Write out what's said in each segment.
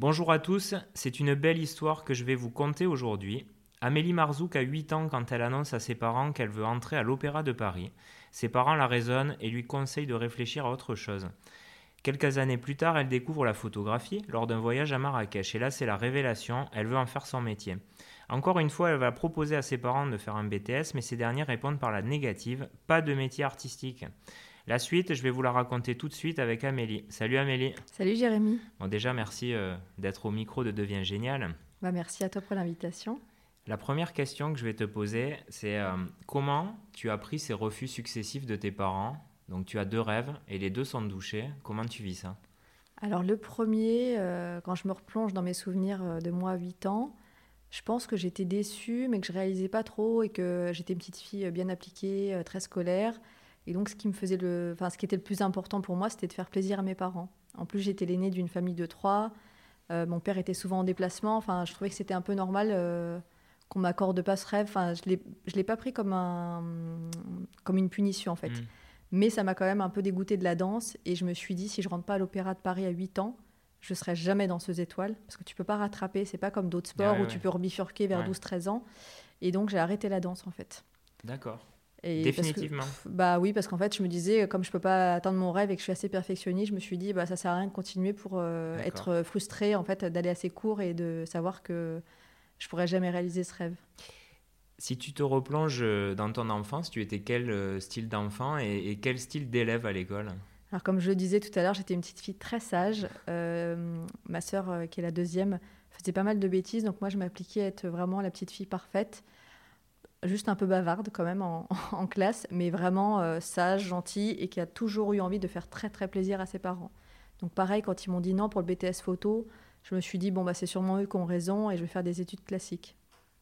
Bonjour à tous, c'est une belle histoire que je vais vous conter aujourd'hui. Amélie Marzouk a 8 ans quand elle annonce à ses parents qu'elle veut entrer à l'Opéra de Paris. Ses parents la raisonnent et lui conseillent de réfléchir à autre chose. Quelques années plus tard, elle découvre la photographie lors d'un voyage à Marrakech. Et là, c'est la révélation, elle veut en faire son métier. Encore une fois, elle va proposer à ses parents de faire un BTS, mais ces derniers répondent par la négative, pas de métier artistique. La suite, je vais vous la raconter tout de suite avec Amélie. Salut Amélie. Salut Jérémy. Bon, déjà, merci d'être au micro de Deviens Génial. Merci à toi pour l'invitation. La première question que je vais te poser, c'est comment tu as pris ces refus successifs de tes parents? Donc tu as 2 rêves et les 2 sont douchés. Comment tu vis ça? Alors le premier, quand je me replonge dans mes souvenirs de moi à 8 ans, je pense que j'étais déçue, mais que je réalisais pas trop et que j'étais une petite fille bien appliquée, très scolaire. Et donc ce qui était le plus important pour moi, c'était de faire plaisir à mes parents. En plus, j'étais l'aînée d'une famille de 3. Mon père était souvent en déplacement. Enfin, je trouvais que c'était un peu normal qu'on m'accorde pas ce rêve. Enfin, je l'ai pas pris comme une punition en fait. Mais ça m'a quand même un peu dégoûtée de la danse. Et je me suis dit, si je rentre pas à l'Opéra de Paris à 8 ans, je serai jamais danseuse étoile. Parce que tu peux pas rattraper. C'est pas comme d'autres sports où tu peux rebifurquer vers 12-13 ans. Et donc, j'ai arrêté la danse en fait. D'accord. Et Définitivement. Bah oui, parce qu'en fait, je me disais, comme je peux pas atteindre mon rêve et que je suis assez perfectionniste, je me suis dit, ça sert à rien de continuer pour être frustrée, en fait, d'aller assez court et de savoir que je pourrais jamais réaliser ce rêve. Si tu te replonges dans ton enfance, tu étais quel style d'enfant et quel style d'élève à l'école? Alors, comme je le disais tout à l'heure, j'étais une petite fille très sage. Ma sœur, qui est la deuxième, faisait pas mal de bêtises, donc moi, je m'appliquais à être vraiment la petite fille parfaite. Juste un peu bavarde quand même en classe, mais vraiment sage, gentille et qui a toujours eu envie de faire très très plaisir à ses parents. Donc pareil, quand ils m'ont dit non pour le BTS photo, je me suis dit, c'est sûrement eux qui ont raison et je vais faire des études classiques.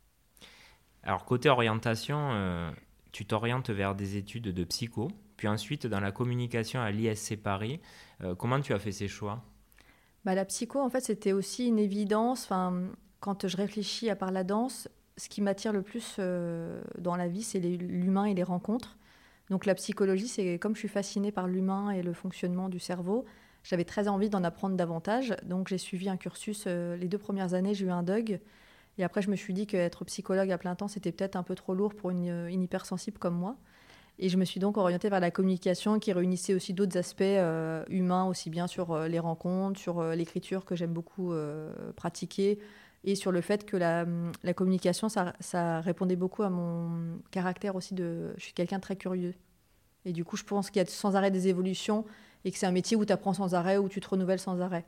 Alors côté orientation, tu t'orientes vers des études de psycho, puis ensuite dans la communication à l'ISC Paris. Comment tu as fait ces choix? La psycho, en fait, c'était aussi une évidence. Enfin, quand je réfléchis à part la danse, ce qui m'attire le plus dans la vie, c'est l'humain et les rencontres. Donc la psychologie, c'est comme je suis fascinée par l'humain et le fonctionnement du cerveau, j'avais très envie d'en apprendre davantage. Donc j'ai suivi un cursus. Les 2 premières années, j'ai eu un DUG. Et après, je me suis dit qu'être psychologue à plein temps, c'était peut-être un peu trop lourd pour une hypersensible comme moi. Et je me suis donc orientée vers la communication qui réunissait aussi d'autres aspects humains, aussi bien sur les rencontres, sur l'écriture que j'aime beaucoup pratiquer, et sur le fait que la communication, ça répondait beaucoup à mon caractère aussi je suis quelqu'un de très curieux. Et du coup, je pense qu'il y a sans arrêt des évolutions et que c'est un métier où tu apprends sans arrêt, où tu te renouvelles sans arrêt.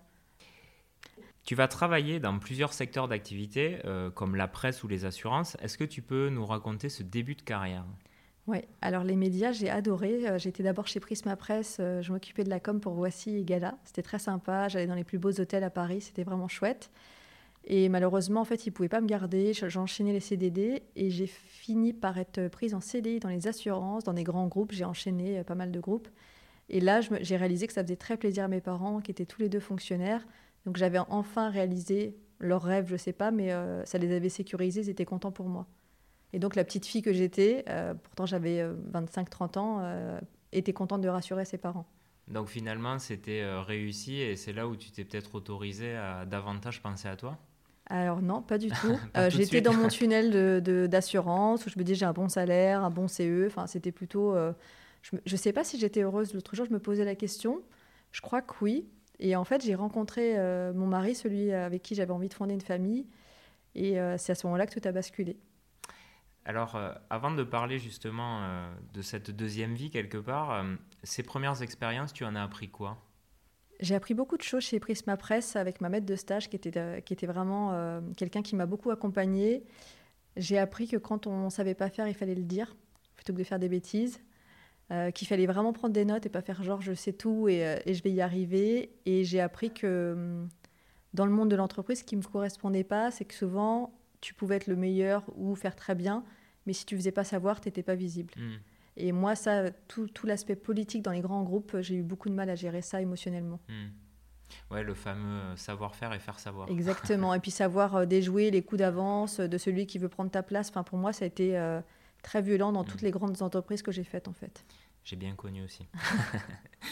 Tu vas travailler dans plusieurs secteurs d'activité, comme la presse ou les assurances. Est-ce que tu peux nous raconter ce début de carrière? Oui, alors les médias, j'ai adoré. J'étais d'abord chez Prisma Presse, je m'occupais de la com pour Voici et Gala. C'était très sympa, j'allais dans les plus beaux hôtels à Paris, c'était vraiment chouette. Et malheureusement, en fait, ils ne pouvaient pas me garder, j'enchaînais les CDD et j'ai fini par être prise en CDI dans les assurances, dans des grands groupes. J'ai enchaîné pas mal de groupes. Et là, j'ai réalisé que ça faisait très plaisir à mes parents, qui étaient tous les 2 fonctionnaires. Donc j'avais enfin réalisé leur rêve, je ne sais pas, mais ça les avait sécurisés, ils étaient contents pour moi. Et donc la petite fille que j'étais, pourtant j'avais 25-30 ans, était contente de rassurer ses parents. Donc finalement, c'était réussi et c'est là où tu t'es peut-être autorisé à davantage penser à toi? Alors non, pas du tout. Pas tout de J'étais suite. dans mon tunnel d'assurance où je me disais j'ai un bon salaire, un bon CE. Enfin, c'était plutôt... je ne sais pas si j'étais heureuse. L'autre jour, je me posais la question. Je crois que oui. Et en fait, j'ai rencontré mon mari, celui avec qui j'avais envie de fonder une famille. Et c'est à ce moment-là que tout a basculé. Alors, avant de parler justement de cette deuxième vie quelque part, ces premières expériences, tu en as appris quoi? J'ai appris beaucoup de choses chez Prisma Presse avec ma maître de stage qui était vraiment quelqu'un qui m'a beaucoup accompagnée. J'ai appris que quand on ne savait pas faire, il fallait le dire plutôt que de faire des bêtises. Qu'il fallait vraiment prendre des notes et pas faire genre je sais tout et je vais y arriver. Et j'ai appris que dans le monde de l'entreprise, ce qui ne me correspondait pas, c'est que souvent, tu pouvais être le meilleur ou faire très bien, mais si tu ne faisais pas savoir, tu n'étais pas visible. Et moi, ça, tout l'aspect politique dans les grands groupes, j'ai eu beaucoup de mal à gérer ça émotionnellement. Ouais, le fameux savoir-faire et faire savoir. Exactement. Et puis savoir déjouer les coups d'avance de celui qui veut prendre ta place. Enfin, pour moi, ça a été très violent dans toutes les grandes entreprises que j'ai faites, en fait. J'ai bien connu aussi.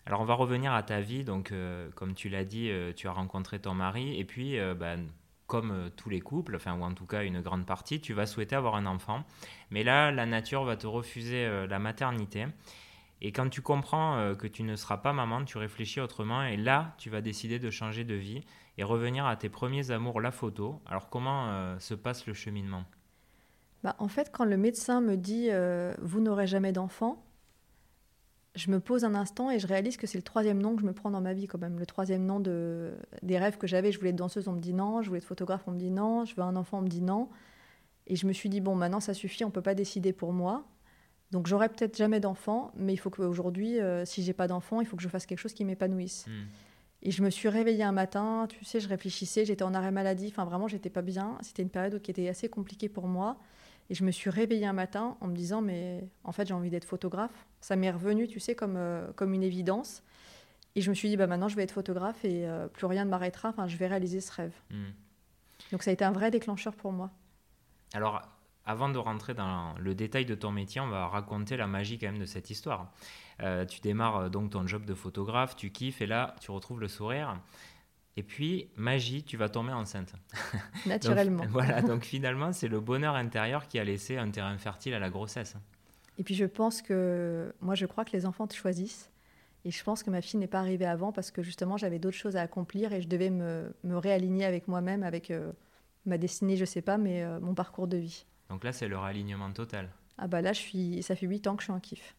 Alors on va revenir à ta vie, donc comme tu l'as dit, tu as rencontré ton mari et puis comme tous les couples, enfin ou en tout cas une grande partie, tu vas souhaiter avoir un enfant. Mais là, la nature va te refuser la maternité. Et quand tu comprends que tu ne seras pas maman, tu réfléchis autrement et là, tu vas décider de changer de vie et revenir à tes premiers amours, la photo. Alors comment se passe le cheminement? Bah, en fait, quand le médecin me dit vous n'aurez jamais d'enfant, je me pose un instant et je réalise que c'est le troisième nom que je me prends dans ma vie quand même. Le troisième nom des rêves que j'avais. Je voulais être danseuse, on me dit non. Je voulais être photographe, on me dit non. Je veux un enfant, on me dit non. Et je me suis dit, bon, maintenant ça suffit, on ne peut pas décider pour moi. Donc j'aurai peut-être jamais d'enfant, mais il faut qu'aujourd'hui, si j'ai pas d'enfant, il faut que je fasse quelque chose qui m'épanouisse. Et je me suis réveillée un matin, tu sais, je réfléchissais, j'étais en arrêt maladie, enfin vraiment, j'étais pas bien. C'était une période qui était assez compliquée pour moi. Et je me suis réveillée un matin en me disant, mais en fait, j'ai envie d'être photographe. Ça m'est revenu, tu sais, comme une évidence. Et je me suis dit, bah, maintenant, je vais être photographe et plus rien ne m'arrêtera. Enfin, je vais réaliser ce rêve. Donc ça a été un vrai déclencheur pour moi. Alors, avant de rentrer dans le détail de ton métier, on va raconter la magie quand même de cette histoire. Tu démarres donc ton job de photographe, tu kiffes et là, tu retrouves le sourire. Et puis, magie, tu vas tomber enceinte. Naturellement. Donc, voilà, donc finalement, c'est le bonheur intérieur qui a laissé un terrain fertile à la grossesse. Et puis je pense que, moi je crois que les enfants te choisissent. Et je pense que ma fille n'est pas arrivée avant parce que justement j'avais d'autres choses à accomplir et je devais me réaligner avec moi-même, avec ma destinée, je sais pas, mais mon parcours de vie. Donc là, c'est le réalignement total. Ah bah là, ça fait 8 ans que je suis en kiff.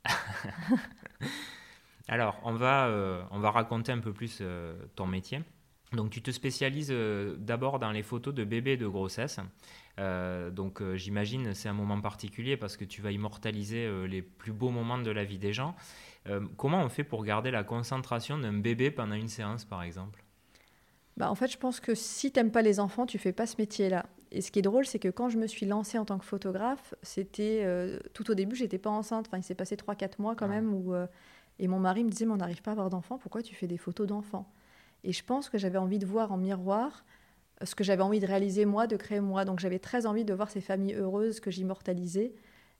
Alors, on va raconter un peu plus ton métier. Donc, tu te spécialises d'abord dans les photos de bébés et de grossesse. Donc, j'imagine c'est un moment particulier parce que tu vas immortaliser les plus beaux moments de la vie des gens. Comment on fait pour garder la concentration d'un bébé pendant une séance, par exemple? Bah en fait, je pense que si t'aimes pas les enfants, tu fais pas ce métier-là. Et ce qui est drôle, c'est que quand je me suis lancée en tant que photographe, c'était tout au début, j'étais pas enceinte. Enfin, il s'est passé 3 4 mois quand même et mon mari me disait, mais on n'arrive pas à avoir d'enfants, pourquoi tu fais des photos d'enfants? Et je pense que j'avais envie de voir en miroir ce que j'avais envie de réaliser moi, de créer moi. Donc j'avais très envie de voir ces familles heureuses que j'immortalisais.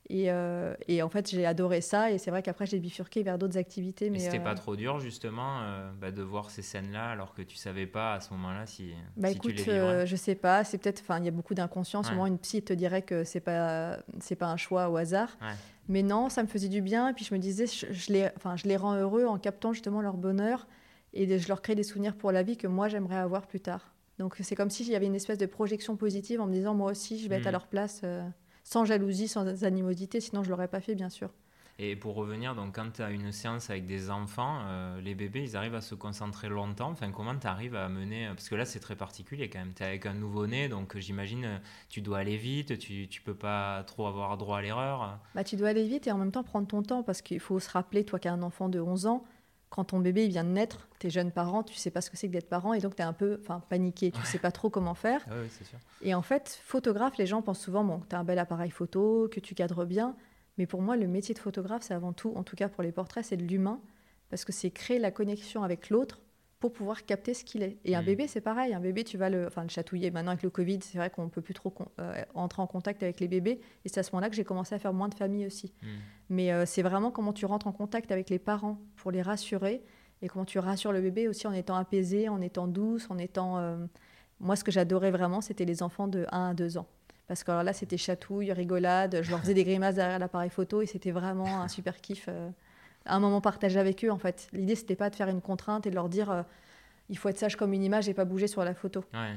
Et en fait, j'ai adoré ça. Et c'est vrai qu'après, j'ai bifurqué vers d'autres activités. Et Mais c'était pas trop dur justement de voir ces scènes-là alors que tu savais pas à ce moment-là bah si tu les écoute, vivrais? je sais pas. C'est peut-être, enfin, il y a beaucoup d'inconscience. Ouais, Souvent, une psy te dirait que c'est pas un choix au hasard. ouais. Mais non, ça me faisait du bien. Et puis je me disais, je les rends heureux en captant justement leur bonheur je leur crée des souvenirs pour la vie que moi j'aimerais avoir plus tard. Donc c'est comme s'il y avait une espèce de projection positive en me disant moi aussi je vais être à leur place sans jalousie, sans animosité, sinon je l'aurais pas fait bien sûr. Et pour revenir, donc quand tu as une séance avec des enfants, les bébés, ils arrivent à se concentrer longtemps. Enfin, comment tu arrives à mener... Parce que là, c'est très particulier quand même. Tu es avec un nouveau-né, donc j'imagine tu dois aller vite, tu peux pas trop avoir droit à l'erreur. Bah, tu dois aller vite et en même temps prendre ton temps parce qu'il faut se rappeler, toi qui as un enfant de 11 ans, quand ton bébé il vient de naître, t'es jeune parent, tu sais pas ce que c'est que d'être parent et donc tu es un peu paniqué, tu sais pas trop comment faire. Ah oui, c'est sûr. Et en fait, photographe, les gens pensent souvent bon, que tu as un bel appareil photo, que tu cadres bien. Mais pour moi, le métier de photographe, c'est avant tout, en tout cas pour les portraits, c'est de l'humain. Parce que c'est créer la connexion avec l'autre pour pouvoir capter ce qu'il est. Et un bébé, c'est pareil. Un bébé, tu vas le chatouiller. Maintenant, avec le Covid, c'est vrai qu'on ne peut plus trop entrer en contact avec les bébés. Et c'est à ce moment-là que j'ai commencé à faire moins de famille aussi. Mais c'est vraiment comment tu rentres en contact avec les parents pour les rassurer. Et comment tu rassures le bébé aussi en étant apaisé, en étant douce, en étant... Moi, ce que j'adorais vraiment, c'était les enfants de 1 à 2 ans. Parce que alors là, c'était chatouille, rigolade. Je leur faisais des grimaces derrière l'appareil photo et c'était vraiment un super kiff. Un moment partagé avec eux, en fait. L'idée, c'était pas de faire une contrainte et de leur dire il faut être sage comme une image et pas bouger sur la photo. Ouais.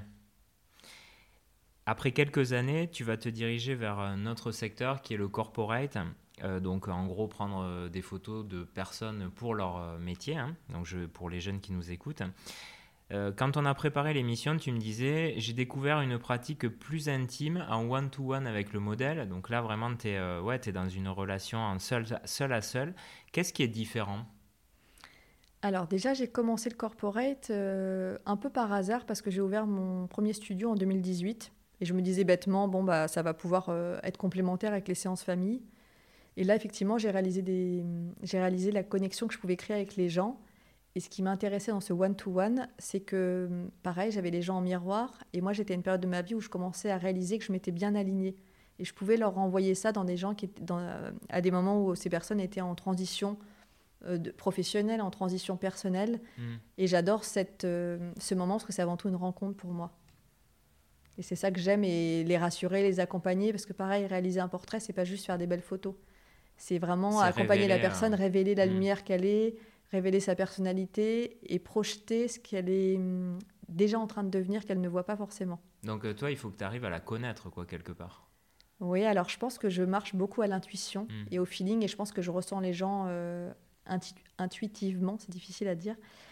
Après quelques années, tu vas te diriger vers un autre secteur qui est le corporate. Donc, en gros, prendre des photos de personnes pour leur métier. Hein. Donc, pour les jeunes qui nous écoutent. Quand on a préparé l'émission, tu me disais, j'ai découvert une pratique plus intime en one-to-one avec le modèle. Donc là, vraiment, tu es dans une relation en seul à seul. Qu'est-ce qui est différent? Alors déjà, j'ai commencé le corporate un peu par hasard parce que j'ai ouvert mon premier studio en 2018. Et je me disais bêtement, bon, bah, ça va pouvoir être complémentaire avec les séances famille. Et là, effectivement, j'ai réalisé la connexion que je pouvais créer avec les gens. Et ce qui m'intéressait dans ce one-to-one, c'est que, pareil, j'avais les gens en miroir. Et moi, j'étais à une période de ma vie où je commençais à réaliser que je m'étais bien alignée. Et je pouvais leur renvoyer ça dans des gens à des moments où ces personnes étaient en transition professionnelle, en transition personnelle. Et j'adore ce moment parce que c'est avant tout une rencontre pour moi. Et c'est ça que j'aime, et les rassurer, les accompagner, parce que pareil, réaliser un portrait, c'est pas juste faire des belles photos. C'est vraiment accompagner la personne, révéler la lumière qu'elle est, révéler sa personnalité et projeter ce qu'elle est déjà en train de devenir, qu'elle ne voit pas forcément. Donc toi, il faut que tu arrives à la connaître, quoi, quelque part. Oui, alors je pense que je marche beaucoup à l'intuition et au feeling, et je pense que je ressens les gens intuitivement, c'est difficile à dire,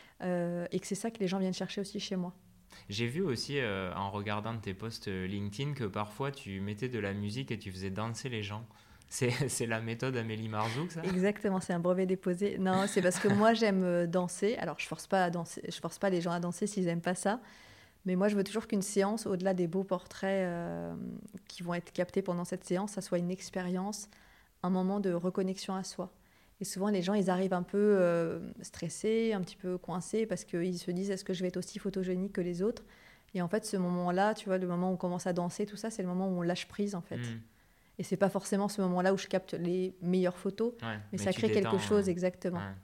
et que c'est ça que les gens viennent chercher aussi chez moi. J'ai vu aussi, en regardant tes posts LinkedIn, que parfois tu mettais de la musique et tu faisais danser les gens. C'est la méthode Amélie Marzouk, ça ? Exactement, c'est un brevet déposé. Non, c'est parce que moi, j'aime danser. Alors, je force pas à danser, je force pas les gens à danser s'ils n'aiment pas ça. Mais moi, je veux toujours qu'une séance, au-delà des beaux portraits qui vont être captés pendant cette séance, ça soit une expérience, un moment de reconnexion à soi. Et souvent, les gens, ils arrivent un peu stressés, un petit peu coincés, parce qu'ils se disent, est-ce que je vais être aussi photogénique que les autres ? Et en fait, ce moment-là, tu vois, le moment où on commence à danser, tout ça, c'est le moment où on lâche prise, en fait. Et c'est pas forcément ce moment-là où je capte les meilleures photos, mais ça crée quelque chose, exactement. Ouais.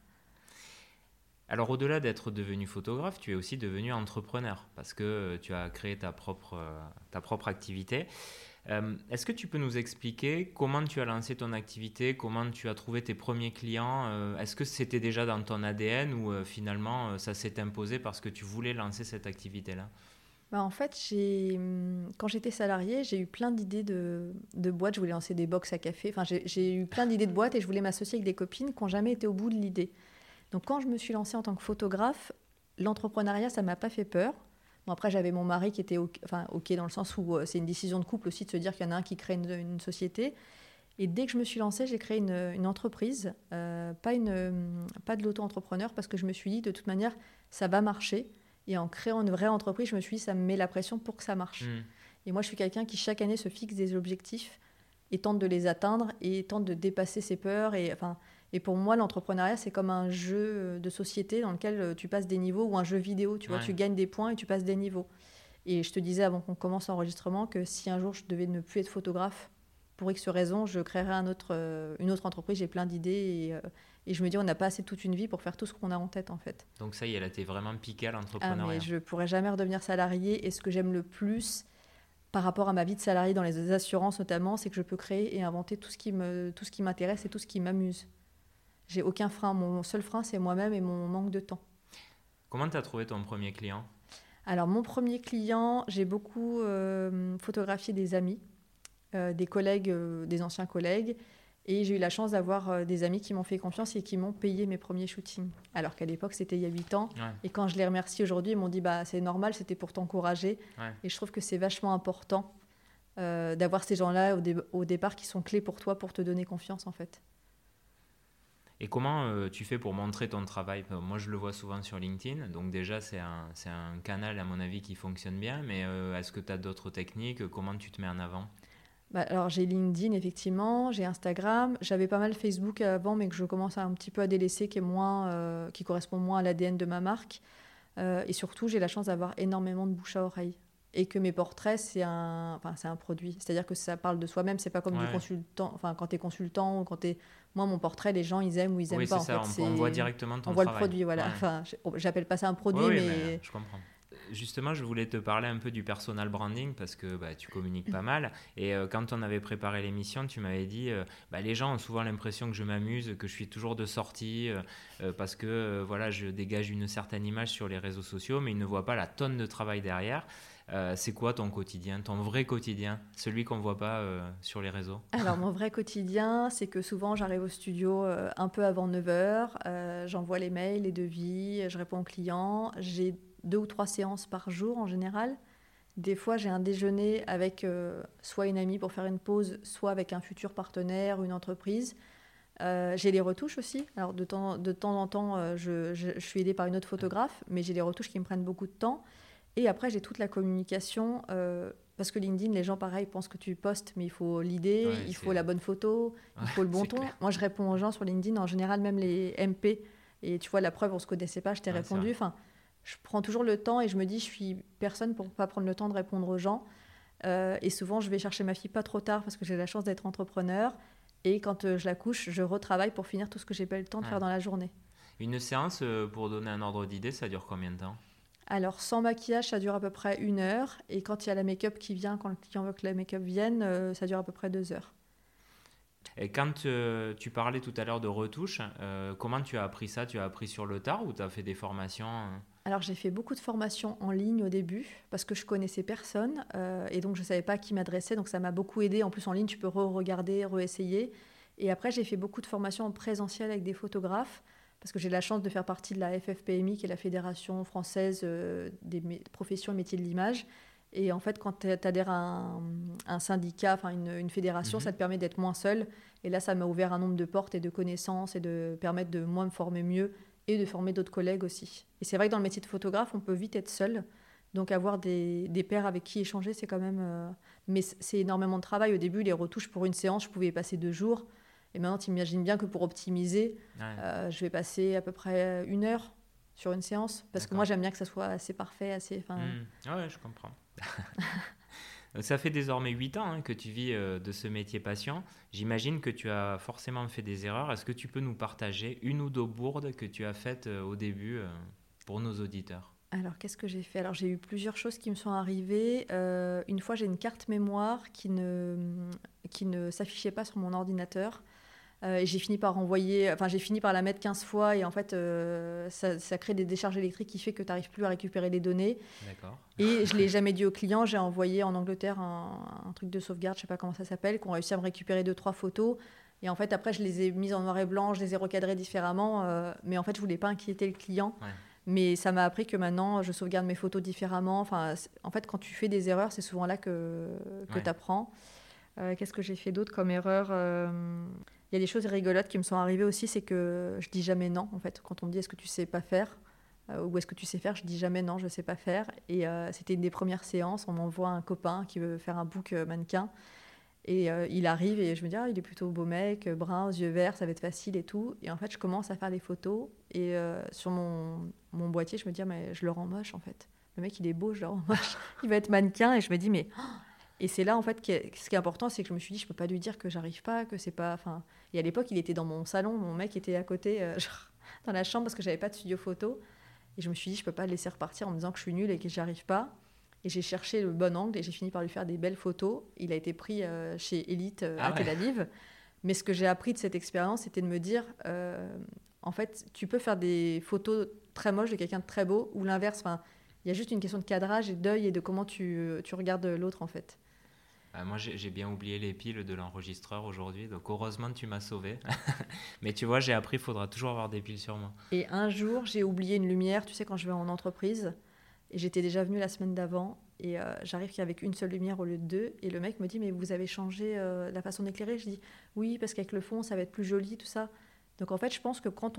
Alors, au-delà d'être devenu photographe, tu es aussi devenu entrepreneur, parce que tu as créé ta propre activité. Est-ce que tu peux nous expliquer comment tu as lancé ton activité, comment tu as trouvé tes premiers clients ? Est-ce que c'était déjà dans ton ADN ou finalement ça s'est imposé parce que tu voulais lancer cette activité-là ? En fait, quand j'étais salariée, j'ai eu plein d'idées de boîtes. Je voulais lancer des box à café. Enfin, j'ai eu plein d'idées de boîtes et je voulais m'associer avec des copines qui n'ont jamais été au bout de l'idée. Donc, quand je me suis lancée en tant que photographe, l'entrepreneuriat, ça ne m'a pas fait peur. Bon, après, j'avais mon mari qui était OK dans le sens où c'est une décision de couple aussi de se dire qu'il y en a un qui crée une société. Et dès que je me suis lancée, j'ai créé une entreprise, pas de l'auto-entrepreneur, parce que je me suis dit, de toute manière, ça va marcher. Et en créant une vraie entreprise, je me suis dit, ça me met la pression pour que ça marche. Et moi, je suis quelqu'un qui, chaque année, se fixe des objectifs et tente de les atteindre et tente de dépasser ses peurs. Et pour moi, l'entrepreneuriat, c'est comme un jeu de société dans lequel tu passes des niveaux, ou un jeu vidéo, tu vois, tu gagnes des points et tu passes des niveaux. Et je te disais avant qu'on commence l'enregistrement que si un jour je devais ne plus être photographe, pour X raisons, je créerais une autre entreprise. J'ai plein d'idées et je me dis, on n'a pas assez toute une vie pour faire tout ce qu'on a en tête, en fait. Donc ça y est, là, t'es vraiment piquée à l'entrepreneuriat. Mais je ne pourrais jamais redevenir salariée. Et ce que j'aime le plus par rapport à ma vie de salariée dans les assurances notamment, c'est que je peux créer et inventer tout ce qui m'intéresse et tout ce qui m'amuse. J'ai aucun frein. Mon seul frein, c'est moi-même et mon manque de temps. Comment tu as trouvé ton premier client ? Alors, mon premier client, j'ai beaucoup photographié des amis, des collègues, des anciens collègues. Et j'ai eu la chance d'avoir des amis qui m'ont fait confiance et qui m'ont payé mes premiers shootings. Alors qu'à l'époque, c'était il y a 8 ans. Et quand je les remercie aujourd'hui, ils m'ont dit c'est normal, c'était pour t'encourager. Et je trouve que c'est vachement important d'avoir ces gens-là au départ qui sont clés pour toi, pour te donner confiance, en fait. Et comment tu fais pour montrer ton travail ? Moi, je le vois souvent sur LinkedIn. Donc déjà, c'est un canal, à mon avis, qui fonctionne bien. Mais est-ce que tu as d'autres techniques ? Comment tu te mets en avant ? Alors, j'ai LinkedIn, effectivement, j'ai Instagram. J'avais pas mal Facebook avant, mais que je commence un petit peu à délaisser, qui correspond moins à l'ADN de ma marque. Et surtout, j'ai la chance d'avoir énormément de bouche à oreille. Et que mes portraits, c'est un produit. C'est-à-dire que ça parle de soi-même. C'est pas comme du consultant. Enfin, quand tu es consultant ou quand tu es... Moi, mon portrait, les gens, ils aiment ou ils aiment pas. Oui, c'est ça. On voit directement ton travail. On voit le produit, voilà. Ouais. Enfin, j'appelle pas ça un produit, mais... Je comprends. Justement, je voulais te parler un peu du personal branding parce que tu communiques pas mal. Et quand on avait préparé l'émission, tu m'avais dit les gens ont souvent l'impression que je m'amuse, que je suis toujours de sortie parce que je dégage une certaine image sur les réseaux sociaux, mais ils ne voient pas la tonne de travail derrière. C'est quoi ton quotidien, ton vrai quotidien, celui qu'on ne voit pas sur les réseaux ? Alors, mon vrai quotidien, c'est que souvent, j'arrive au studio un peu avant 9h, j'envoie les mails, les devis, je réponds aux clients. J'ai 2 ou 3 séances par jour en général. Des fois, j'ai un déjeuner avec soit une amie pour faire une pause, soit avec un futur partenaire ou une entreprise. J'ai les retouches aussi. Alors, de temps en temps, je suis aidée par une autre photographe, mais j'ai les retouches qui me prennent beaucoup de temps. Et après, j'ai toute la communication, parce que LinkedIn, les gens, pareil, pensent que tu postes, mais il faut l'idée, il faut la bonne photo, il faut le bon ton. Clair. Moi, je réponds aux gens sur LinkedIn, en général, même les MP. Et tu vois, la preuve, on ne se connaissait pas, je t'ai répondu. Enfin, je prends toujours le temps et je me dis, je suis personne pour ne pas prendre le temps de répondre aux gens. Et souvent, je vais chercher ma fille pas trop tard parce que j'ai la chance d'être entrepreneur. Et quand je la couche, je retravaille pour finir tout ce que j'ai pas eu le temps de faire dans la journée. Une séance, pour donner un ordre d'idée, ça dure combien de temps? Alors, sans maquillage, ça dure à peu près 1 heure. Et quand il y a la make-up qui vient, quand le client veut que la make-up vienne, ça dure à peu près 2 heures. Et quand tu parlais tout à l'heure de retouche, comment tu as appris ça? Tu as appris sur le tard ou tu as fait des formations? Alors, j'ai fait beaucoup de formations en ligne au début parce que je connaissais personne et donc je ne savais pas à qui m'adresser. Donc, ça m'a beaucoup aidé. En plus, en ligne, tu peux re-regarder, re-essayer. Et après, j'ai fait beaucoup de formations en présentiel avec des photographes parce que j'ai la chance de faire partie de la FFPMI, qui est la Fédération française des professions et métiers de l'image. Et en fait, quand tu adhères à un syndicat, enfin une fédération, ça te permet d'être moins seul. Et là, ça m'a ouvert un nombre de portes et de connaissances et de permettre de moi me former mieux et de former d'autres collègues aussi. Et c'est vrai que dans le métier de photographe, on peut vite être seul. Donc avoir des pairs avec qui échanger, c'est quand même... Mais c'est énormément de travail. Au début, les retouches pour une séance, je pouvais y passer 2 jours. Et maintenant, tu imagines bien que pour optimiser, je vais passer à peu près 1 heure sur une séance. Parce que moi, j'aime bien que ça soit assez parfait, assez... Ouais, je comprends. Ça fait désormais 8 ans que tu vis de ce métier passion. J'imagine que tu as forcément fait des erreurs. Est-ce que tu peux nous partager une ou deux bourdes que tu as faites au début pour nos auditeurs? Alors, qu'est-ce que j'ai fait? Alors, j'ai eu plusieurs choses qui me sont arrivées. Une fois, j'ai une carte mémoire qui ne s'affichait pas sur mon ordinateur. Et j'ai fini par la mettre 15 fois et en fait, ça crée des décharges électriques qui fait que tu n'arrives plus à récupérer les données. D'accord. Et je ne l'ai jamais dit au client. J'ai envoyé en Angleterre un truc de sauvegarde, je ne sais pas comment ça s'appelle, qui ont réussi à me récupérer 2-3 photos. Et en fait, après, je les ai mises en noir et blanc, je les ai recadrées différemment. Mais en fait, je ne voulais pas inquiéter le client. Ouais. Mais ça m'a appris que maintenant, je sauvegarde mes photos différemment. Enfin, en fait, quand tu fais des erreurs, c'est souvent là que tu apprends. Qu'est-ce que j'ai fait d'autre comme erreur? Il y a des choses rigolotes qui me sont arrivées aussi, c'est que je dis jamais non, en fait. Quand on me dit est-ce que tu sais pas faire ou est-ce que tu sais faire, je dis jamais non, je sais pas faire. Et c'était une des premières séances, on m'envoie un copain qui veut faire un book mannequin. Et il arrive et je me dis, il est plutôt beau mec, brun, aux yeux verts, ça va être facile et tout. Et en fait, je commence à faire des photos et sur mon boîtier, je me dis, mais je le rends moche en fait. Le mec, il est beau, je le rends moche. Il va être mannequin et je me dis, mais... Et c'est là, en fait, ce qui est important, c'est que je me suis dit, je peux pas lui dire que j'arrive pas, que c'est pas... Enfin... Et à l'époque, il était dans mon salon, mon mec était à côté, dans la chambre, parce que j'avais pas de studio photo. Et je me suis dit, je peux pas le laisser repartir en me disant que je suis nulle et que j'arrive pas. Et j'ai cherché le bon angle et j'ai fini par lui faire des belles photos. Il a été pris chez Elite à Tel Aviv. Mais ce que j'ai appris de cette expérience, c'était de me dire, en fait, tu peux faire des photos très moches de quelqu'un de très beau, ou l'inverse. Enfin, il y a juste une question de cadrage et d'œil et de comment tu regardes l'autre, en fait. Moi, j'ai bien oublié les piles de l'enregistreur aujourd'hui, donc heureusement tu m'as sauvé. Mais tu vois, j'ai appris, il faudra toujours avoir des piles sur moi. Et un jour, j'ai oublié une lumière, tu sais, quand je vais en entreprise, et j'étais déjà venue la semaine d'avant, et j'arrive qu'il n'y avait qu'une seule lumière au lieu de 2, et le mec me dit, mais vous avez changé la façon d'éclairer? Je dis, oui, parce qu'avec le fond, ça va être plus joli, tout ça. Donc en fait, je pense que quand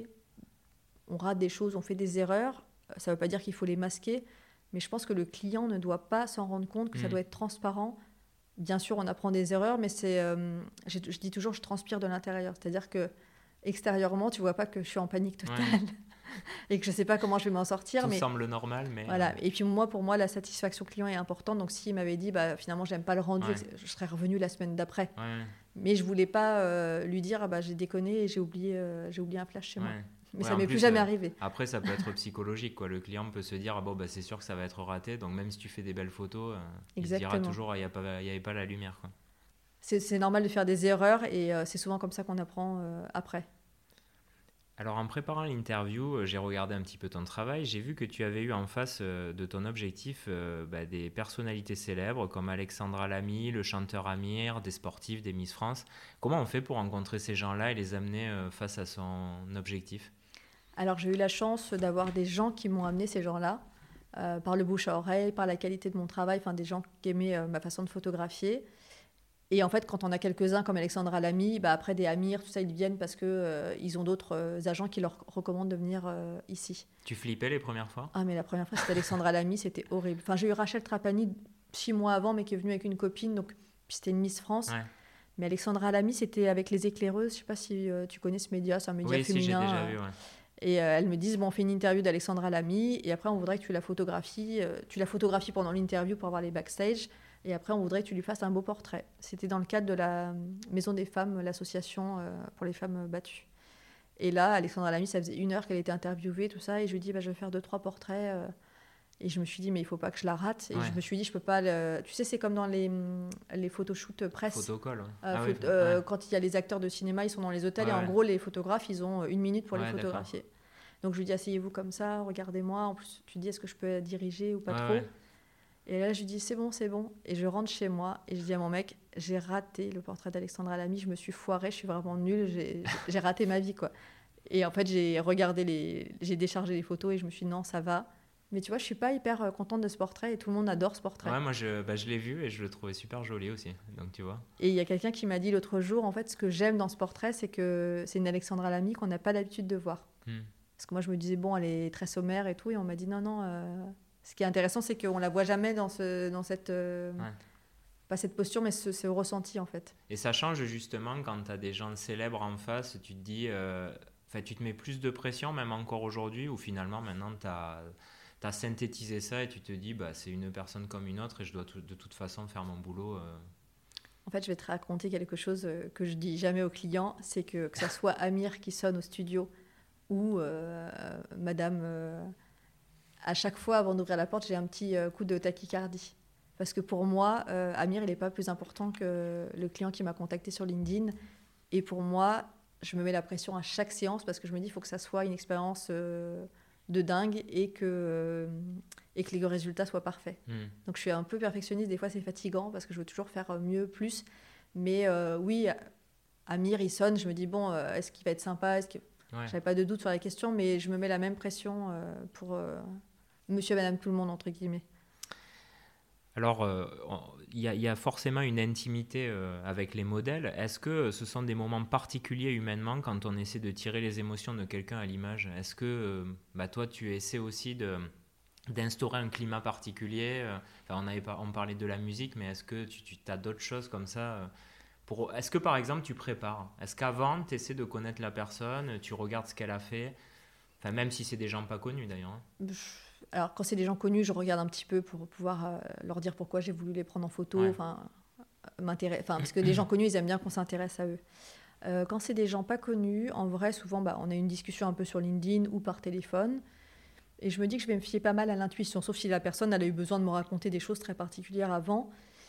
on rate des choses, on fait des erreurs, ça ne veut pas dire qu'il faut les masquer, mais je pense que le client ne doit pas s'en rendre compte, que ça doit être transparent. Bien sûr, on apprend des erreurs, mais je dis toujours, je transpire de l'intérieur. C'est-à-dire que extérieurement, tu vois pas que je suis en panique totale et que je sais pas comment je vais m'en sortir. Tout semble normal, mais... Voilà. Et puis pour moi, la satisfaction client est importante. Donc s'il m'avait dit, finalement, j'aime pas le rendu, je serais revenue la semaine d'après. Mais je voulais pas lui dire, j'ai déconné et j'ai oublié un flash chez moi. Mais ça m'est plus jamais arrivé. Après, ça peut être psychologique, quoi. Le client peut se dire, c'est sûr que ça va être raté. Donc même si tu fais des belles photos, il se dira toujours, il n'y avait pas la lumière, quoi. C'est normal de faire des erreurs et c'est souvent comme ça qu'on apprend après. Alors en préparant l'interview, j'ai regardé un petit peu ton travail. J'ai vu que tu avais eu en face de ton objectif des personnalités célèbres comme Alexandra Lamy, le chanteur Amir, des sportifs, des Miss France. Comment on fait pour rencontrer ces gens-là et les amener face à son objectif ? Alors j'ai eu la chance d'avoir des gens qui m'ont amené ces gens-là, par le bouche à oreille, par la qualité de mon travail, enfin des gens qui aimaient ma façon de photographier. Et en fait, quand on a quelques-uns comme Alexandra Lamy, après des Amir, tout ça, ils viennent parce qu'ils ont d'autres agents qui leur recommandent de venir ici. Tu flippais les premières fois ? Ah, mais la première fois, c'était Alexandra Lamy, c'était horrible. Enfin, j'ai eu Rachel Trapani 6 mois avant, mais qui est venue avec une copine, donc puis c'était une Miss France. Ouais. Mais Alexandra Lamy, c'était avec Les Éclaireuses. Je ne sais pas si tu connais ce média, c'est un média féminin. Oui, si, j'ai déjà vu, ouais. Et elles me disent, on fait une interview d'Alexandra Lamy, et après, on voudrait que tu la photographies pendant l'interview pour avoir les backstage. Et après, on voudrait que tu lui fasses un beau portrait. C'était dans le cadre de la Maison des femmes, l'association pour les femmes battues. Et là, Alexandra Lamy, ça faisait 1 heure qu'elle était interviewée, tout ça. Et je lui dis, je vais faire 2-3 portraits. Et je me suis dit, mais il ne faut pas que je la rate. Et je me suis dit, je peux pas... Tu sais, c'est comme dans les photoshoots presse. Photocall. Quand il y a les acteurs de cinéma, ils sont dans les hôtels. Et en gros, les photographes, ils ont 1 minute pour les photographier. D'accord. Donc, je lui dis, asseyez-vous comme ça, regardez-moi. En plus, tu dis, est-ce que je peux diriger ou pas trop. Et là, je lui dis, c'est bon. Et je rentre chez moi et je dis à mon mec, j'ai raté le portrait d'Alexandra Lamy, je me suis foirée, je suis vraiment nulle, j'ai raté ma vie, quoi. Et en fait, j'ai déchargé les photos et je me suis dit, non, ça va. Mais tu vois, je suis pas hyper contente de ce portrait et tout le monde adore ce portrait. Ouais, moi, je l'ai vu et je le trouvais super joli aussi, donc tu vois. Et il y a quelqu'un qui m'a dit l'autre jour, en fait, ce que j'aime dans ce portrait, c'est que c'est une Alexandra Lamy qu'on n'a pas l'habitude de voir. Parce que moi, je me disais, bon, elle est très sommaire et tout, et on m'a dit, non. Ce qui est intéressant, c'est qu'on la voit jamais dans cette... Pas cette posture, mais ce ressenti, en fait. Et ça change justement quand tu as des gens célèbres en face, tu te dis... tu te mets plus de pression, même encore aujourd'hui, où finalement, maintenant, tu as synthétisé ça et tu te dis, c'est une personne comme une autre et je dois de toute façon faire mon boulot. En fait, je vais te raconter quelque chose que je dis jamais aux clients, c'est que ça soit Amir qui sonne au studio ou madame... à chaque fois, avant d'ouvrir la porte, j'ai un petit coup de tachycardie. Parce que pour moi, Amir, il n'est pas plus important que le client qui m'a contacté sur LinkedIn. Et pour moi, je me mets la pression à chaque séance parce que je me dis qu'il faut que ça soit une expérience de dingue et que les résultats soient parfaits. Donc je suis un peu perfectionniste. Des fois, c'est fatigant parce que je veux toujours faire mieux, plus. Mais oui, Amir, il sonne. Je me dis, bon, est-ce qu'il va être sympa ? Je n'avais pas de doute sur la question, mais je me mets la même pression pour monsieur et madame tout le monde, entre guillemets. Alors, il y a forcément une intimité avec les modèles. Est-ce que ce sont des moments particuliers humainement quand on essaie de tirer les émotions de quelqu'un à l'image ? Est-ce que toi, tu essaies aussi d'instaurer un climat particulier ? On parlait de la musique, mais est-ce que tu as d'autres choses comme ça Est-ce que, par exemple, tu prépares ? Est-ce qu'avant, tu essaies de connaître la personne, tu regardes ce qu'elle a fait ? Même si c'est des gens pas connus, d'ailleurs. Alors, quand c'est des gens connus, je regarde un petit peu pour pouvoir leur dire pourquoi j'ai voulu les prendre en photo, parce que les gens connus, ils aiment bien qu'on s'intéresse à eux. Quand c'est des gens pas connus, en vrai, souvent, on a une discussion un peu sur LinkedIn ou par téléphone, et je me dis que je vais me fier pas mal à l'intuition, sauf si la personne elle a eu besoin de me raconter des choses très particulières avant.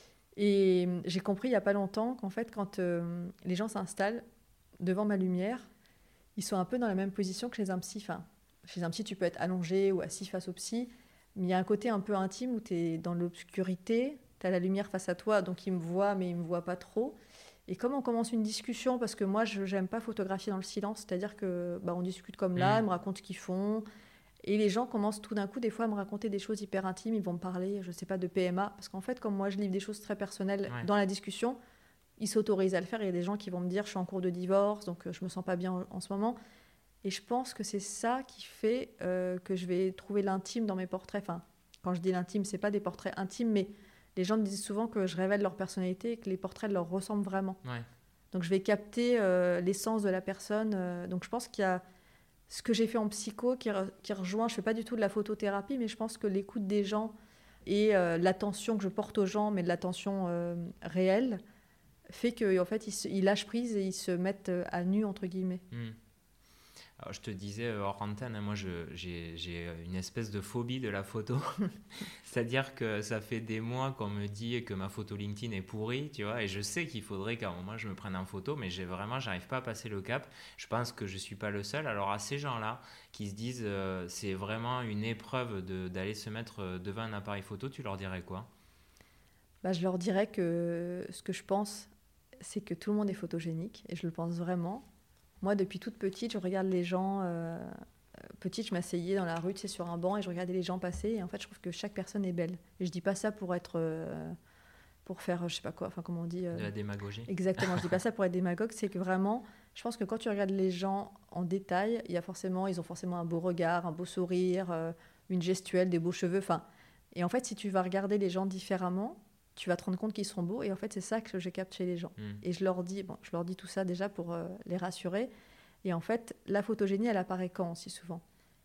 Et j'ai compris il y a pas longtemps qu'en fait, quand les gens s'installent devant ma lumière, ils sont un peu dans la même position que chez un psy. Chez un psy, tu peux être allongé ou assis face au psy, mais il y a un côté un peu intime où tu es dans l'obscurité, tu as la lumière face à toi, donc il me voit, mais il ne me voit pas trop. Et comme on commence une discussion, parce que moi, je n'aime pas photographier dans le silence, c'est-à-dire qu'on discute comme là, ils me racontent ce qu'ils font, et les gens commencent tout d'un coup, des fois, à me raconter des choses hyper intimes, ils vont me parler, je ne sais pas, de PMA, parce qu'en fait, comme moi, je livre des choses très personnelles dans la discussion, ils s'autorisent à le faire. Il y a des gens qui vont me dire, je suis en cours de divorce, donc je ne me sens pas bien en ce moment. Et je pense que c'est ça qui fait que je vais trouver l'intime dans mes portraits. Quand je dis l'intime, ce n'est pas des portraits intimes, mais les gens me disent souvent que je révèle leur personnalité et que les portraits leur ressemblent vraiment. Donc je vais capter l'essence de la personne. Donc je pense qu'il y a ce que j'ai fait en psycho qui rejoint, je ne fais pas du tout de la photothérapie, mais je pense que l'écoute des gens et l'attention que je porte aux gens, mais de l'attention réelle, fait qu'en fait, ils lâchent prise et ils se mettent à nu, entre guillemets. Alors, je te disais hors antenne, moi j'ai une espèce de phobie de la photo. C'est-à-dire que ça fait des mois qu'on me dit que ma photo LinkedIn est pourrie, tu vois, et je sais qu'il faudrait qu'à un moment je me prenne en photo, mais j'arrive pas à passer le cap. Je pense que je suis pas le seul. Alors à ces gens-là qui se disent c'est vraiment une épreuve d'aller se mettre devant un appareil photo, tu leur dirais quoi ? Je leur dirais que ce que je pense, c'est que tout le monde est photogénique, et je le pense vraiment. Moi, depuis toute petite, je regarde les gens. Petite, je m'asseyais dans la rue, sur un banc, et je regardais les gens passer. Et en fait, je trouve que chaque personne est belle. Et je dis pas ça pour faire, je sais pas quoi, comment on dit. De la démagogie. Exactement, je dis pas ça pour être démagogue. C'est que vraiment, je pense que quand tu regardes les gens en détail, ils ont forcément un beau regard, un beau sourire, une gestuelle, des beaux cheveux. Et en fait, si tu vas regarder les gens différemment, tu vas te rendre compte qu'ils sont beaux. Et en fait, c'est ça que je capte chez les gens. Et je leur dis tout ça déjà pour les rassurer. Et en fait, la photogénie, elle apparaît quand aussi souvent ?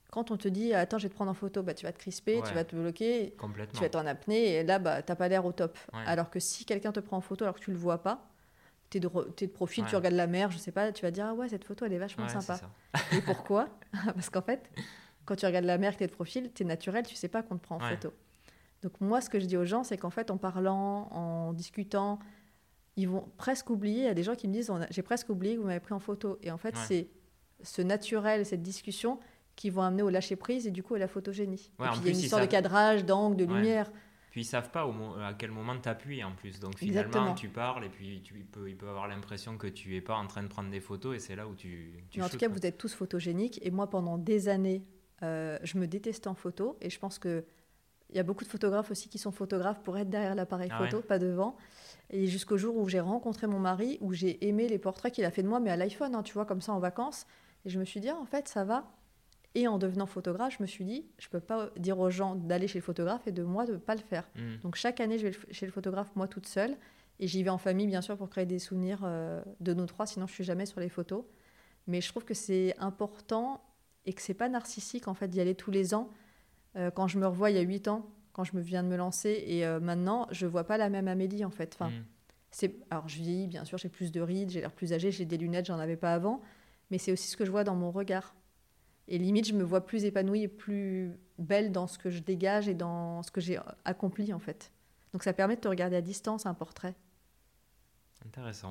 Quand on te dit attends, je vais te prendre en photo, bah, tu vas te crisper, tu Ouais, vas te bloquer, tu complètement. vas être en apnée et là, bah, tu n'as pas l'air au top. Ouais, Alors que si quelqu'un te prend en photo alors que tu ne le vois pas, t'es de profil, tu ouais, regardes la mer, je sais pas, tu vas dire ah ouais, cette photo elle est vachement ouais, c'est sympa. ça. Et pourquoi? Parce qu'en fait, quand tu regardes la mer que tu es de profil, tu es naturel, tu sais pas qu'on te prend en Ouais, photo. Donc moi, ce que je dis aux gens, c'est qu'en fait, en parlant, en discutant, ils vont presque oublier. Il y a des gens qui me disent j'ai presque oublié que vous m'avez pris en photo. Et en fait, ouais. c'est ce naturel, cette discussion qui vont amener au lâcher-prise et du coup à la photogénie. Ouais, Et en puis il y a une plus, ils histoire de savent. cadrage, d'angle, de Ouais. lumière. Puis ils savent pas à quel moment t'appuies en plus. Donc finalement, Exactement. tu parles et puis il peut avoir l'impression que tu es pas en train de prendre des photos et c'est là où tu Mais en tout shootes, cas, quoi. vous êtes tous photogéniques. Et moi, pendant des années, je me détestais en photo. Et je pense que il y a beaucoup de photographes aussi qui sont photographes pour être derrière l'appareil Ah ouais? photo, pas devant. Et jusqu'au jour où j'ai rencontré mon mari, où j'ai aimé les portraits qu'il a fait de moi, mais à l'iPhone, hein, tu vois, comme ça en vacances. Et je me suis dit, ah, en fait, ça va. Et en devenant photographe, je me suis dit, je peux pas dire aux gens d'aller chez le photographe et de moi de ne pas le faire. Hmm. Donc chaque année, je vais chez le photographe, moi toute seule. Et j'y vais en famille, bien sûr, pour créer des souvenirs de nous trois, sinon je suis jamais sur les photos. Mais je trouve que c'est important et que c'est pas narcissique, en fait, d'y aller tous les ans. Quand je me revois il y a 8 ans, quand je me viens de me lancer, et maintenant, je vois pas la même Amélie, en fait. Enfin, Hmm. alors je vieillis, bien sûr, j'ai plus de rides, j'ai l'air plus âgée, j'ai des lunettes, j'en avais pas avant. Mais c'est aussi ce que je vois dans mon regard. Et limite, je me vois plus épanouie et plus belle dans ce que je dégage et dans ce que j'ai accompli, en fait. Donc ça permet de te regarder à distance un portrait. Intéressant.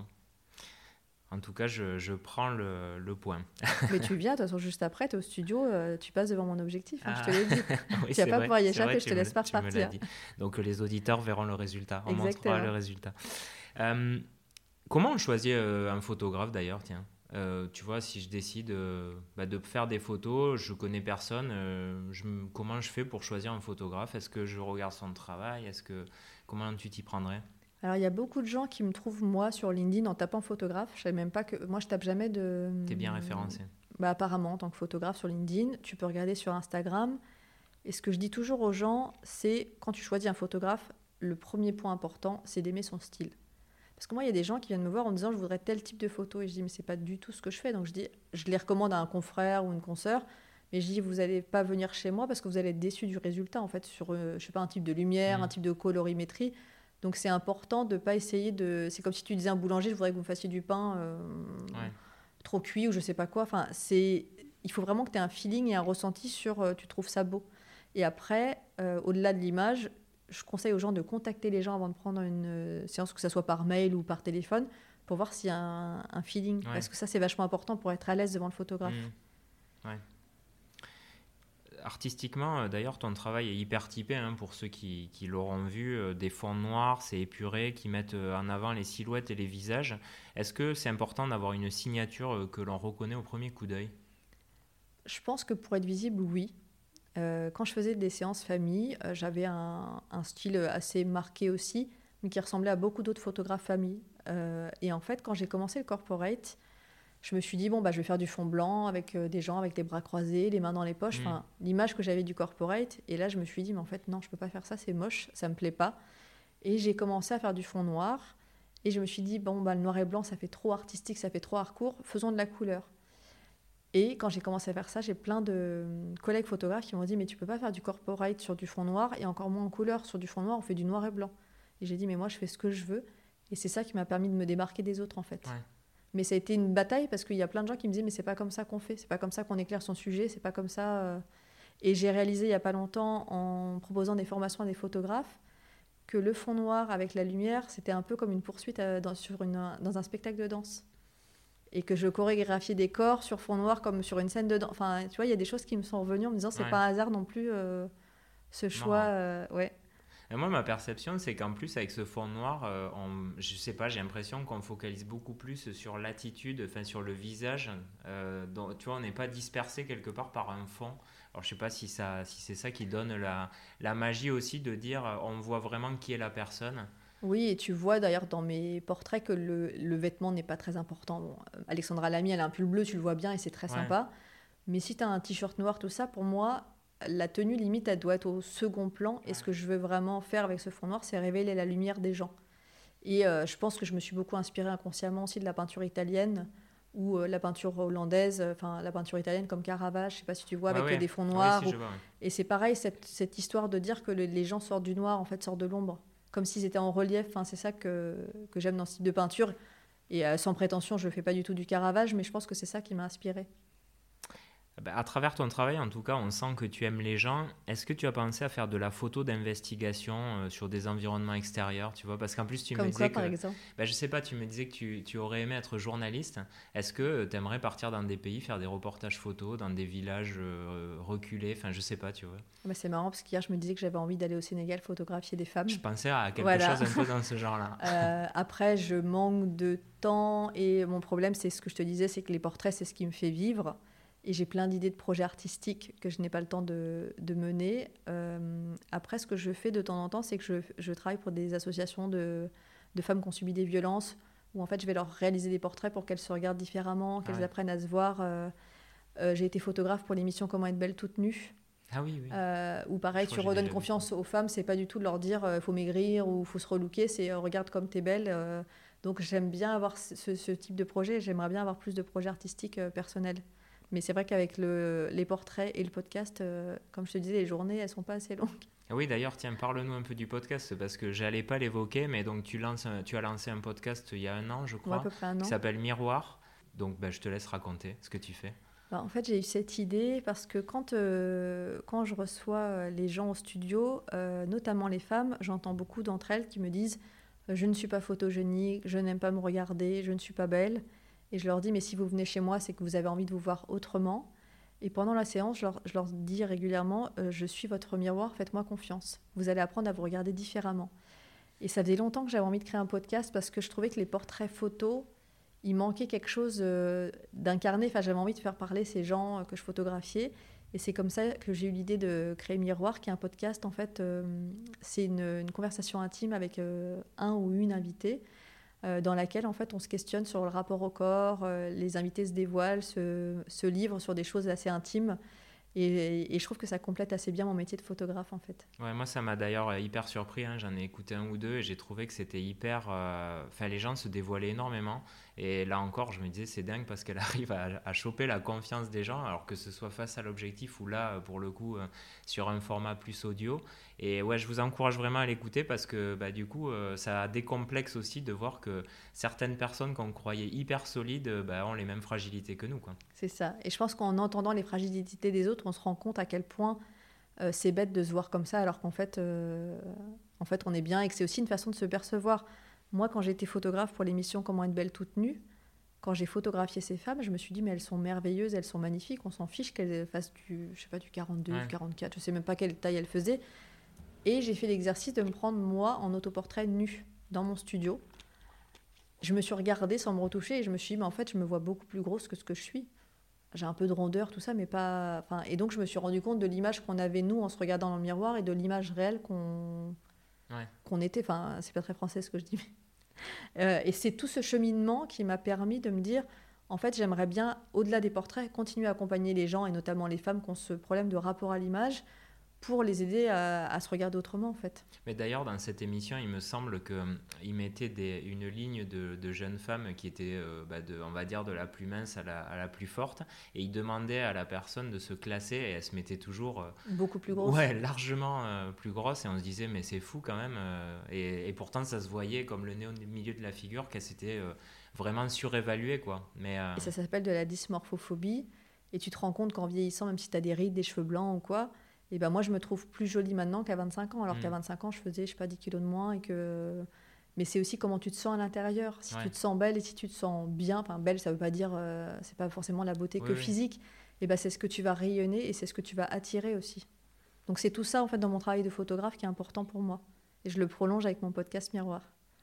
En tout cas, je prends le point. Mais tu viens, de toute façon, juste après, tu es au studio, tu passes devant mon objectif, hein, je te Ah, l'ai dit. oui, Tu vas c'est pas vrai, pouvoir y c'est vrai, échapper, je te laisse pas tu me l'as repartir. dit. Donc les auditeurs verront le résultat, on montrera le Exactement. résultat. Euh, Comment on choisit un photographe d'ailleurs, tiens? Tu vois, si je décide de faire des photos, je connais personne, comment je fais pour choisir un photographe? Est-ce que je regarde son travail? Comment tu t'y prendrais? Alors, il y a beaucoup de gens qui me trouvent, moi, sur LinkedIn en tapant photographe. Je savais même pas que. Moi, je tape jamais de. T'es bien référencé. Bah, apparemment, en tant que photographe sur LinkedIn, tu peux regarder sur Instagram. Et ce que je dis toujours aux gens, c'est quand tu choisis un photographe, le premier point important, c'est d'aimer son style. Parce que moi, il y a des gens qui viennent me voir en me disant je voudrais tel type de photo. Et je dis mais c'est pas du tout ce que je fais. Donc je dis je les recommande à un confrère ou une consoeur. Mais je dis vous n'allez pas venir chez moi parce que vous allez être déçu du résultat en fait sur je sais pas un type de lumière, un Hmm. type de colorimétrie. Donc c'est important de pas essayer de. C'est comme si tu disais à un boulanger je voudrais que vous me fassiez du pain Ouais, trop cuit ou je sais pas quoi. Enfin c'est il faut vraiment que tu aies un feeling et un ressenti sur tu trouves ça beau. Et après au-delà de l'image je conseille aux gens de contacter les gens avant de prendre une séance, que ce soit par mail ou par téléphone, pour voir s'il y a un feeling. ouais. Parce que ça, c'est vachement important pour être à l'aise devant le photographe. Hmm. Ouais. Artistiquement, d'ailleurs, ton travail est hyper typé, hein, pour ceux qui l'auront vu. Des fonds noirs, c'est épuré, qui mettent en avant les silhouettes et les visages. Est-ce que c'est important d'avoir une signature que l'on reconnaît au premier coup d'œil? Je pense que pour être visible, oui. Quand je faisais des séances famille, j'avais un style assez marqué aussi, mais qui ressemblait à beaucoup d'autres photographes famille. Et en fait, quand j'ai commencé le corporate, je me suis dit, bon, bah, je vais faire du fond blanc avec des gens avec les bras croisés, les mains dans les poches, Hmm. enfin, l'image que j'avais du corporate. Et là, je me suis dit, mais en fait, non, je peux pas faire ça, c'est moche, ça me plaît pas. Et j'ai commencé à faire du fond noir. Et je me suis dit, bon, bah, le noir et blanc, ça fait trop artistique, ça fait trop hardcore, faisons de la couleur. Et quand j'ai commencé à faire ça, j'ai plein de collègues photographes qui m'ont dit, mais tu peux pas faire du corporate sur du fond noir et encore moins en couleur. Sur du fond noir, on fait du noir et blanc. Et j'ai dit, mais moi, je fais ce que je veux. Et c'est ça qui m'a permis de me démarquer des autres, en fait. Ouais. Mais ça a été une bataille parce qu'il y a plein de gens qui me disaient, mais c'est pas comme ça qu'on fait, c'est pas comme ça qu'on éclaire son sujet, c'est pas comme ça. Et j'ai réalisé il y a pas longtemps, en proposant des formations à des photographes, que le fond noir avec la lumière, c'était un peu comme une poursuite dans un spectacle de danse. Et que je chorégraphiais des corps sur fond noir comme sur une scène de danse. Enfin, tu vois, il y a des choses qui me sont revenues en me disant, c'est Ouais. pas un hasard non plus ce choix. Marrant. Ouais. Et moi, ma perception, c'est qu'en plus, avec ce fond noir, je sais pas, j'ai l'impression qu'on focalise beaucoup plus sur l'attitude, enfin sur le visage. Tu vois, on n'est pas dispersé quelque part par un fond. Alors, je sais pas si c'est ça qui donne la magie aussi de dire, on voit vraiment qui est la personne. Oui, et tu vois d'ailleurs dans mes portraits que le vêtement n'est pas très important. Bon, Alexandra Lamy, elle a un pull bleu, tu le vois bien et c'est très Ouais, sympa. Mais si tu as un t-shirt noir, tout ça, pour moi, la tenue limite, elle doit être au second plan. Et ce ouais, que je veux vraiment faire avec ce fond noir, c'est révéler la lumière des gens. Et je pense que je me suis beaucoup inspirée inconsciemment aussi de la peinture italienne, ou la peinture hollandaise, enfin la peinture italienne comme Caravage, je sais pas si tu vois, avec des fonds Ouais, noirs. si, je vois, ouais. Et c'est pareil, cette histoire de dire que les gens sortent du noir, en fait, sortent de l'ombre, comme s'ils étaient en relief. Enfin, c'est ça que j'aime dans ce type de peinture. Et sans prétention, je ne fais pas du tout du Caravage, mais je pense que c'est ça qui m'a inspirée. À travers ton travail, en tout cas, on sent que tu aimes les gens. Est-ce que tu as pensé à faire de la photo d'investigation sur des environnements extérieurs, tu vois? Parce qu'en plus, tu me Comme disais quoi, par que... exemple? Je sais pas, tu me disais que tu aurais aimé être journaliste. Est-ce que tu aimerais partir dans des pays, faire des reportages photos, dans des villages reculés? Enfin, je sais pas, tu vois. C'est marrant, parce qu'hier, je me disais que j'avais envie d'aller au Sénégal photographier des femmes. Je pensais à quelque Voilà. chose un peu dans ce genre-là. Après, je manque de temps, et mon problème, c'est ce que je te disais, c'est que les portraits, c'est ce qui me fait vivre. Et j'ai plein d'idées de projets artistiques que je n'ai pas le temps de mener. Après, ce que je fais de temps en temps, c'est que je travaille pour des associations de femmes qui ont subi des violences, où en fait, je vais leur réaliser des portraits pour qu'elles se regardent différemment, qu'elles apprennent à se voir. J'ai été photographe pour l'émission Comment être belle toute nue. Ah oui, oui. Où pareil, tu redonnes confiance aux femmes, c'est pas du tout de leur dire faut maigrir ou faut se relooker, c'est regarde comme t'es belle. Donc j'aime bien avoir ce type de projet, j'aimerais bien avoir plus de projets artistiques personnels. Mais c'est vrai qu'avec les portraits et le podcast, comme je te disais, les journées, elles sont pas assez longues. Ah oui, d'ailleurs, tiens, parle-nous un peu du podcast, parce que j'allais pas l'évoquer, mais donc tu as lancé un podcast il y a 1 an, je crois, À peu près 1 an. qui s'appelle Miroir. Donc je te laisse raconter ce que tu fais. En fait, j'ai eu cette idée parce que quand je reçois les gens au studio, notamment les femmes, j'entends beaucoup d'entre elles qui me disent « Je ne suis pas photogénique, je n'aime pas me regarder, je ne suis pas belle ». Et je leur dis « Mais si vous venez chez moi, c'est que vous avez envie de vous voir autrement ». Et pendant la séance, je leur dis régulièrement « Je suis votre miroir, faites-moi confiance. Vous allez apprendre à vous regarder différemment ». Et ça faisait longtemps que j'avais envie de créer un podcast parce que je trouvais que les portraits photos, il manquait quelque chose d'incarné. Enfin, j'avais envie de faire parler ces gens que je photographiais. Et c'est comme ça que j'ai eu l'idée de créer Miroir, qui est un podcast. En fait, c'est une conversation intime avec un ou une invitée, dans laquelle en fait, on se questionne sur le rapport au corps. Les invités se dévoilent, se livrent sur des choses assez intimes. Et je trouve que ça complète assez bien mon métier de photographe, en fait. Ouais, moi, ça m'a d'ailleurs hyper surpris. J'en ai écouté 1 ou 2 et j'ai trouvé que c'était hyper... les gens se dévoilaient énormément. Et là encore, je me disais, c'est dingue parce qu'elle arrive à choper la confiance des gens, alors que ce soit face à l'objectif ou là, pour le coup, sur un format plus audio. Et ouais, je vous encourage vraiment à l'écouter parce que du coup, ça décomplexe aussi de voir que certaines personnes qu'on croyait hyper solides ont les mêmes fragilités que nous, quoi. C'est ça. Et je pense qu'en entendant les fragilités des autres, on se rend compte à quel point c'est bête de se voir comme ça, alors qu'en fait, on est bien et que c'est aussi une façon de se percevoir. Moi, quand j'ai été photographe pour l'émission Comment être belle toute nue, quand j'ai photographié ces femmes, je me suis dit, mais elles sont merveilleuses, elles sont magnifiques, on s'en fiche qu'elles fassent du 42, du 44, je sais même pas quelle taille elles faisaient. Et j'ai fait l'exercice de me prendre, moi, en autoportrait nu, dans mon studio. Je me suis regardée sans me retoucher et je me suis dit, mais en fait, je me vois beaucoup plus grosse que ce que je suis. J'ai un peu de rondeur, tout ça, mais pas... Et donc, je me suis rendu compte de l'image qu'on avait, nous, en se regardant dans le miroir, et de l'image réelle qu'on était. Enfin, c'est pas très français ce que je dis. Et c'est tout ce cheminement qui m'a permis de me dire, en fait, j'aimerais bien, au-delà des portraits, continuer à accompagner les gens, et notamment les femmes qui ont ce problème de rapport à l'image, pour les aider à se regarder autrement, en fait. Mais d'ailleurs, dans cette émission, il me semble qu'il mettait une ligne de jeunes femmes qui étaient, on va dire, de la plus mince à la plus forte, et il demandait à la personne de se classer, et elle se mettait toujours... beaucoup plus grosse. Ouais, largement plus grosse, et on se disait, mais c'est fou quand même. Et pourtant, ça se voyait comme le nez au milieu de la figure, qu'elle s'était vraiment surévaluée, quoi. Et ça s'appelle de la dysmorphophobie, et tu te rends compte qu'en vieillissant, même si tu as des rides, des cheveux blancs ou quoi... Et moi, je me trouve plus jolie maintenant qu'à 25 ans, alors qu'à 25 ans, je faisais, 10 kilos de moins. Mais c'est aussi comment tu te sens à l'intérieur. Si tu te sens belle et si tu te sens bien, belle, ça ne veut pas dire, c'est pas forcément la beauté physique. Et c'est ce que tu vas rayonner et c'est ce que tu vas attirer aussi. Donc c'est tout ça, en fait, dans mon travail de photographe qui est important pour moi. Et je le prolonge avec mon podcast Miroir.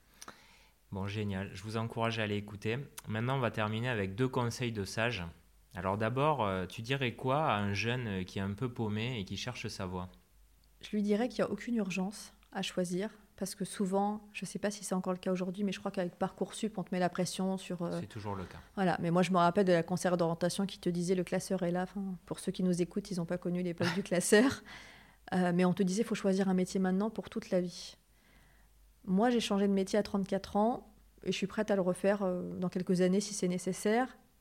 Bon, génial. Je vous encourage à aller écouter. Maintenant, on va terminer avec 2 conseils de sage. Alors d'abord, tu dirais quoi à un jeune qui est un peu paumé et qui cherche sa voie ? Je lui dirais qu'il n'y a aucune urgence à choisir, parce que souvent, je ne sais pas si c'est encore le cas aujourd'hui, mais je crois qu'avec Parcoursup, on te met la pression sur... C'est toujours le cas. Voilà, mais moi je me rappelle de la conseillère d'orientation qui te disait le classeur est là. Pour ceux qui nous écoutent, ils n'ont pas connu l'époque du classeur. Mais on te disait il faut choisir un métier maintenant pour toute la vie. Moi, j'ai changé de métier à 34 ans et je suis prête à le refaire dans quelques années si c'est nécessaire.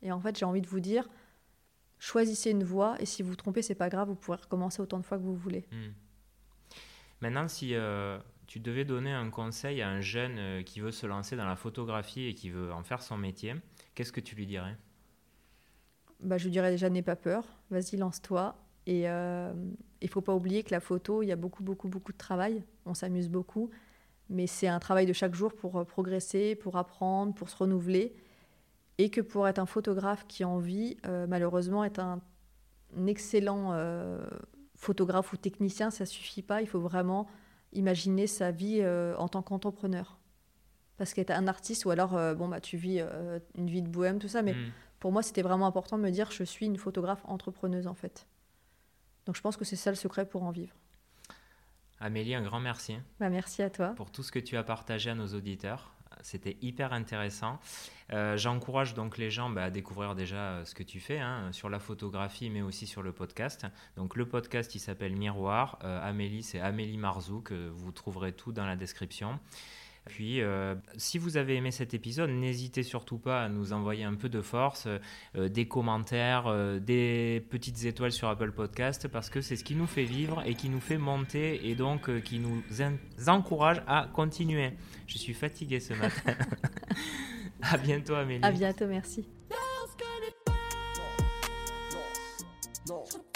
Et en fait, j'ai envie de vous dire, choisissez une voie et si vous vous trompez, c'est pas grave, vous pourrez recommencer autant de fois que vous voulez. Maintenant, si tu devais donner un conseil à un jeune qui veut se lancer dans la photographie et qui veut en faire son métier, qu'est-ce que tu lui dirais ? Je lui dirais déjà, n'aie pas peur, vas-y, lance-toi. Et il faut pas oublier que la photo, il y a beaucoup, beaucoup, beaucoup de travail. On s'amuse beaucoup, mais c'est un travail de chaque jour pour progresser, pour apprendre, pour se renouveler. Et que pour être un photographe qui en vit, malheureusement, être un excellent photographe ou technicien, ça suffit pas. Il faut vraiment imaginer sa vie en tant qu'entrepreneur. Parce qu'être un artiste, ou alors tu vis une vie de bohème, tout ça, mais pour moi, c'était vraiment important de me dire je suis une photographe entrepreneuse, en fait. Donc, je pense que c'est ça le secret pour en vivre. Amélie, un grand merci. Merci à toi. Pour tout ce que tu as partagé à nos auditeurs. C'était hyper intéressant. J'encourage donc les gens à découvrir déjà ce que tu fais sur la photographie, mais aussi sur le podcast. Donc, le podcast, il s'appelle Miroir. Amélie, c'est Amélie Marzou, que vous trouverez tout dans la description. Puis, si vous avez aimé cet épisode, n'hésitez surtout pas à nous envoyer un peu de force, des commentaires, des petites étoiles sur Apple Podcast, parce que c'est ce qui nous fait vivre et qui nous fait monter et donc qui nous encourage à continuer. Je suis fatigué ce matin. À bientôt, Amélie. À bientôt, merci. Non.